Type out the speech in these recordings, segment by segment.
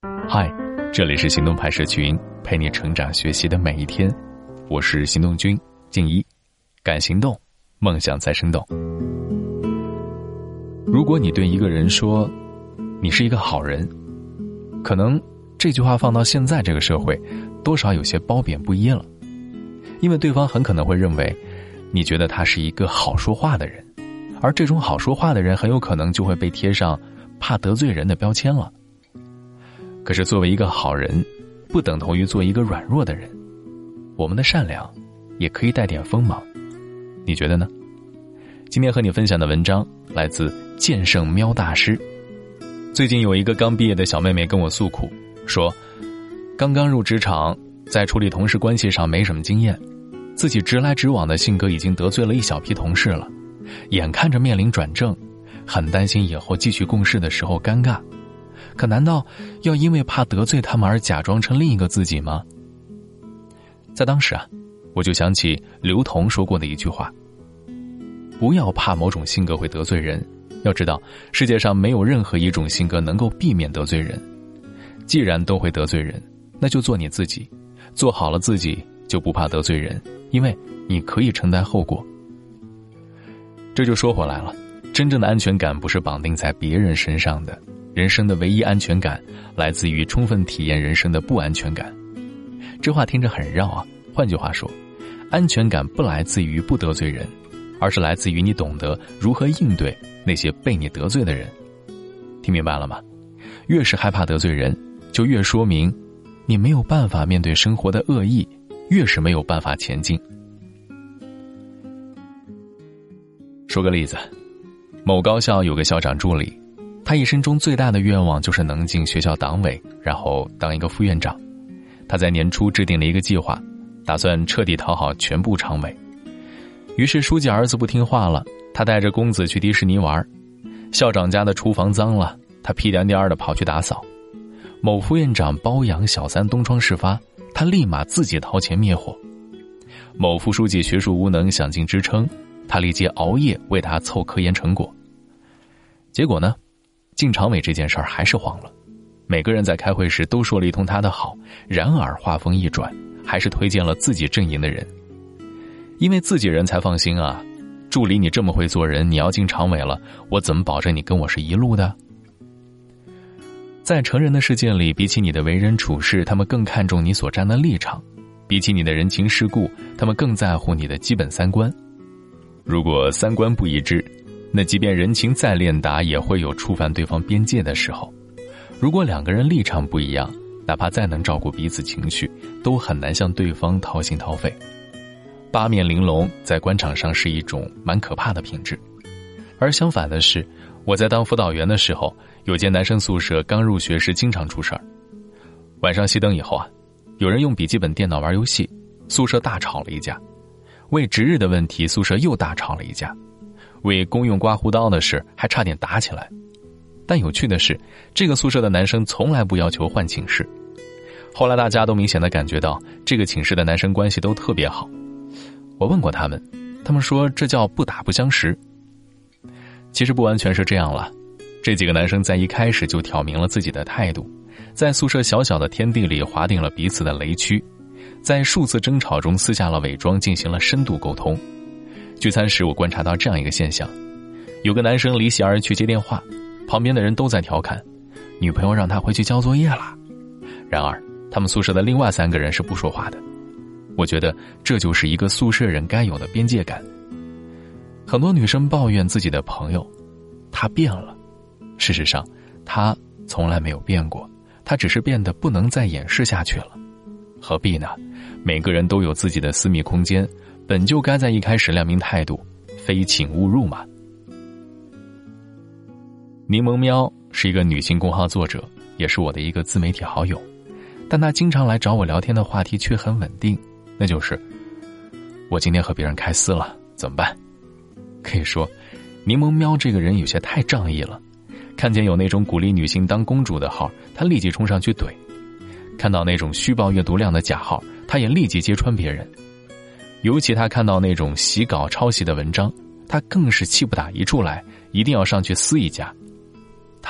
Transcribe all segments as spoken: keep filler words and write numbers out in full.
嗨，这里是行动派社群，陪你成长学习的每一天。我是行动君静一，敢行动，梦想才生动。如果你对一个人说你是一个好人，可能这句话放到现在这个社会多少有些褒贬不一了，因为对方很可能会认为你觉得他是一个好说话的人，而这种好说话的人很有可能就会被贴上怕得罪人的标签了。可是作为一个好人，不等同于做一个软弱的人，我们的善良也可以带点锋芒，你觉得呢？今天和你分享的文章来自剑圣喵大师。最近有一个刚毕业的小妹妹跟我诉苦，说刚刚入职场，在处理同事关系上没什么经验，自己直来直往的性格已经得罪了一小批同事了，眼看着面临转正，很担心以后继续共事的时候尴尬，可难道要因为怕得罪他们而假装成另一个自己吗？在当时啊，我就想起刘同说过的一句话，不要怕某种性格会得罪人，要知道世界上没有任何一种性格能够避免得罪人，既然都会得罪人，那就做你自己，做好了自己就不怕得罪人，因为你可以承担后果。这就说回来了，真正的安全感不是绑定在别人身上的，人生的唯一安全感来自于充分体验人生的不安全感。这话听着很绕啊，换句话说，安全感不来自于不得罪人，而是来自于你懂得如何应对那些被你得罪的人。听明白了吗？越是害怕得罪人，就越说明你没有办法面对生活的恶意，越是没有办法前进。说个例子，某高校有个校长助理，他一生中最大的愿望就是能进学校党委，然后当一个副院长。他在年初制定了一个计划，打算彻底讨好全部常委。于是书记儿子不听话了，他带着公子去迪士尼玩，校长家的厨房脏了，他屁颠颠的跑去打扫。某副院长包养小三东窗事发，他立马自己掏钱灭火。某副书记学术无能想尽支撑，他立即熬夜为他凑科研成果。结果呢，进常委这件事儿还是黄了，每个人在开会时都说了一通他的好，然而话锋一转，还是推荐了自己阵营的人。因为自己人才放心啊，助理你这么会做人，你要进常委了，我怎么保证你跟我是一路的？在成人的世界里，比起你的为人处事，他们更看重你所站的立场，比起你的人情世故，他们更在乎你的基本三观。如果三观不一致，那即便人情再练达，也会有触犯对方边界的时候。如果两个人立场不一样，哪怕再能照顾彼此情绪，都很难向对方掏心掏肺。八面玲珑在官场上是一种蛮可怕的品质。而相反的是，我在当辅导员的时候，有间男生宿舍刚入学时经常出事儿。晚上熄灯以后啊，有人用笔记本电脑玩游戏，宿舍大吵了一架。为值日的问题，宿舍又大吵了一架。为公用刮胡刀的事，还差点打起来。但有趣的是，这个宿舍的男生从来不要求换寝室。后来大家都明显的感觉到，这个寝室的男生关系都特别好。我问过他们，他们说这叫不打不相识。其实不完全是这样了，这几个男生在一开始就挑明了自己的态度，在宿舍小小的天地里划定了彼此的雷区，在数次争吵中撕下了伪装，进行了深度沟通。聚餐时我观察到这样一个现象，有个男生离席而去接电话，旁边的人都在调侃，女朋友让他回去交作业了。然而他们宿舍的另外三个人是不说话的。我觉得这就是一个宿舍人该有的边界感。很多女生抱怨自己的朋友，他变了。事实上，他从来没有变过，他只是变得不能再掩饰下去了。何必呢？每个人都有自己的私密空间，本就该在一开始亮明态度，非请勿入嘛。柠檬喵是一个女性公号作者，也是我的一个自媒体好友，但她经常来找我聊天的话题却很稳定，那就是我今天和别人开撕了，怎么办？可以说柠檬喵这个人有些太仗义了，看见有那种鼓励女性当公主的号，他立即冲上去怼，看到那种虚报阅读量的假号，他也立即揭穿别人。尤其他看到那种洗稿抄袭的文章，他更是气不打一处来，一定要上去撕一架。他呀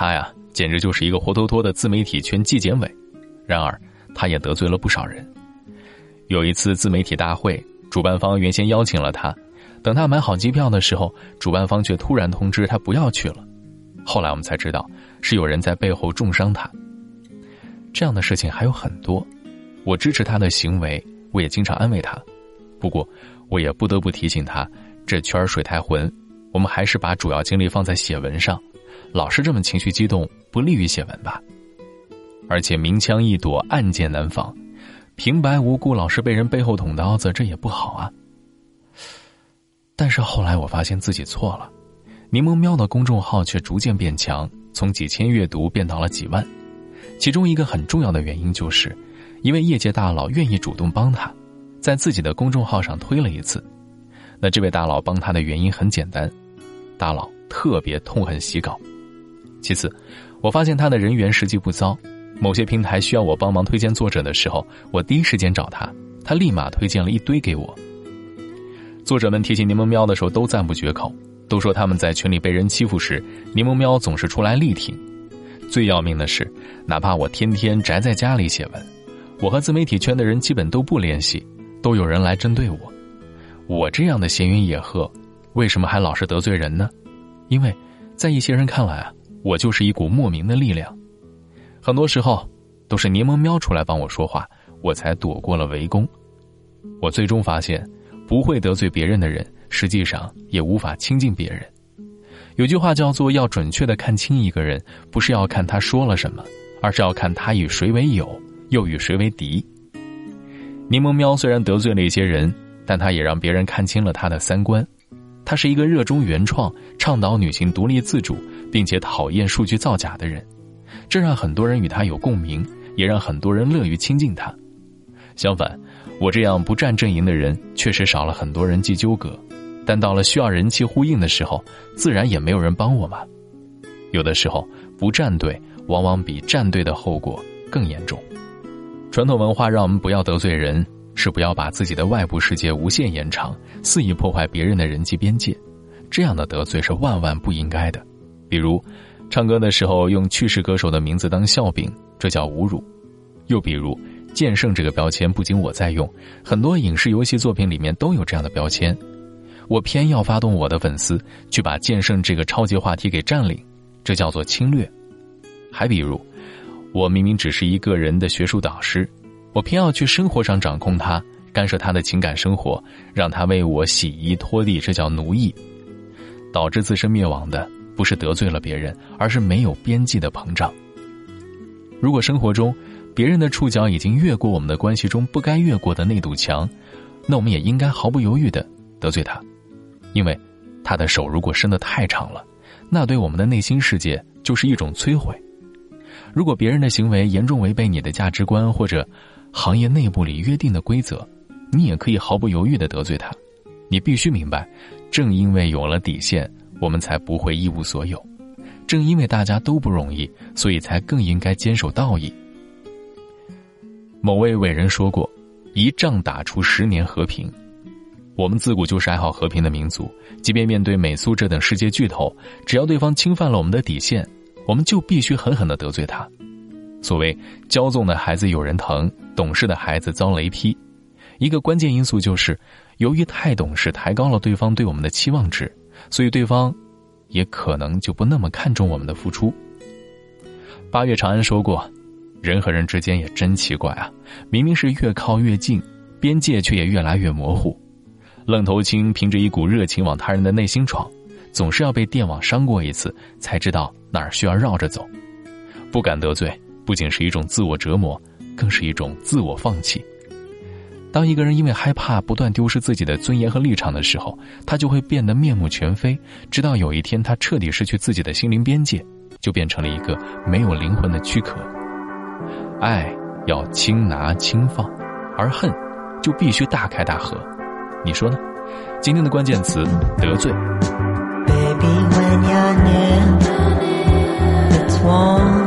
简直就是一个活脱脱的自媒体圈纪检委。然而他也得罪了不少人。有一次自媒体大会，主办方原先邀请了他，等他买好机票的时候，主办方却突然通知他不要去了。后来我们才知道，是有人在背后重伤他。这样的事情还有很多，我支持他的行为，我也经常安慰他。不过我也不得不提醒他，这圈水太浑，我们还是把主要精力放在写文上，老是这么情绪激动，不利于写文吧。而且明枪易躲，暗箭难防，平白无故老是被人背后捅刀子，这也不好啊。但是后来我发现自己错了，柠檬喵的公众号却逐渐变强，从几千阅读变到了几万。其中一个很重要的原因就是，一位业界大佬愿意主动帮他，在自己的公众号上推了一次。那这位大佬帮他的原因很简单，大佬特别痛恨洗稿。其次，我发现他的人缘实际不糟，某些平台需要我帮忙推荐作者的时候，我第一时间找他，他立马推荐了一堆给我。作者们提起柠檬喵的时候都赞不绝口，都说他们在群里被人欺负时，柠檬喵总是出来力挺。最要命的是，哪怕我天天宅在家里写文，我和自媒体圈的人基本都不联系，都有人来针对我。我这样的闲云野鹤，为什么还老是得罪人呢？因为在一些人看来啊，我就是一股莫名的力量。很多时候都是柠檬喵出来帮我说话，我才躲过了围攻。我最终发现，不会得罪别人的人，实际上也无法亲近别人。有句话叫做，要准确地看清一个人，不是要看他说了什么，而是要看他与谁为友，又与谁为敌。柠檬喵虽然得罪了一些人，但他也让别人看清了他的三观。他是一个热衷原创、倡导女性独立自主，并且讨厌数据造假的人，这让很多人与他有共鸣，也让很多人乐于亲近他。相反，我这样不站阵营的人确实少了很多人际纠葛，但到了需要人气呼应的时候，自然也没有人帮我嘛。有的时候不站队往往比站队的后果更严重。传统文化让我们不要得罪人，是不要把自己的外部世界无限延长，肆意破坏别人的人际边界。这样的得罪是万万不应该的。比如唱歌的时候用去世歌手的名字当笑柄，这叫侮辱。又比如剑圣这个标签不仅我在用，很多影视游戏作品里面都有这样的标签，我偏要发动我的粉丝去把剑圣这个超级话题给占领，这叫做侵略。还比如，我明明只是一个人的学术导师，我偏要去生活上掌控他，干涉他的情感生活，让他为我洗衣拖地，这叫奴役。导致自身灭亡的不是得罪了别人，而是没有边际的膨胀。如果生活中别人的触角已经越过我们的关系中不该越过的那堵墙，那我们也应该毫不犹豫地得罪他。因为他的手如果伸得太长了，那对我们的内心世界就是一种摧毁。如果别人的行为严重违背你的价值观或者行业内部里约定的规则，你也可以毫不犹豫地得罪他。你必须明白，正因为有了底线，我们才不会一无所有。正因为大家都不容易，所以才更应该坚守道义。某位伟人说过，一仗打出十年和平。我们自古就是爱好和平的民族，即便面对美苏这等世界巨头，只要对方侵犯了我们的底线，我们就必须狠狠地得罪他。所谓骄纵的孩子有人疼，懂事的孩子遭雷劈。一个关键因素就是，由于太懂事，抬高了对方对我们的期望值，所以对方也可能就不那么看重我们的付出。八月长安说过，人和人之间也真奇怪啊，明明是越靠越近，边界却也越来越模糊。愣头青凭着一股热情往他人的内心闯，总是要被电网伤过一次，才知道哪儿需要绕着走。不敢得罪，不仅是一种自我折磨，更是一种自我放弃。当一个人因为害怕不断丢失自己的尊严和立场的时候，他就会变得面目全非，直到有一天他彻底失去自己的心灵边界，就变成了一个没有灵魂的躯壳。爱要轻拿轻放，而恨就必须大开大合。你说呢？今天的关键词，得罪。 Baby, when you're near, it's warm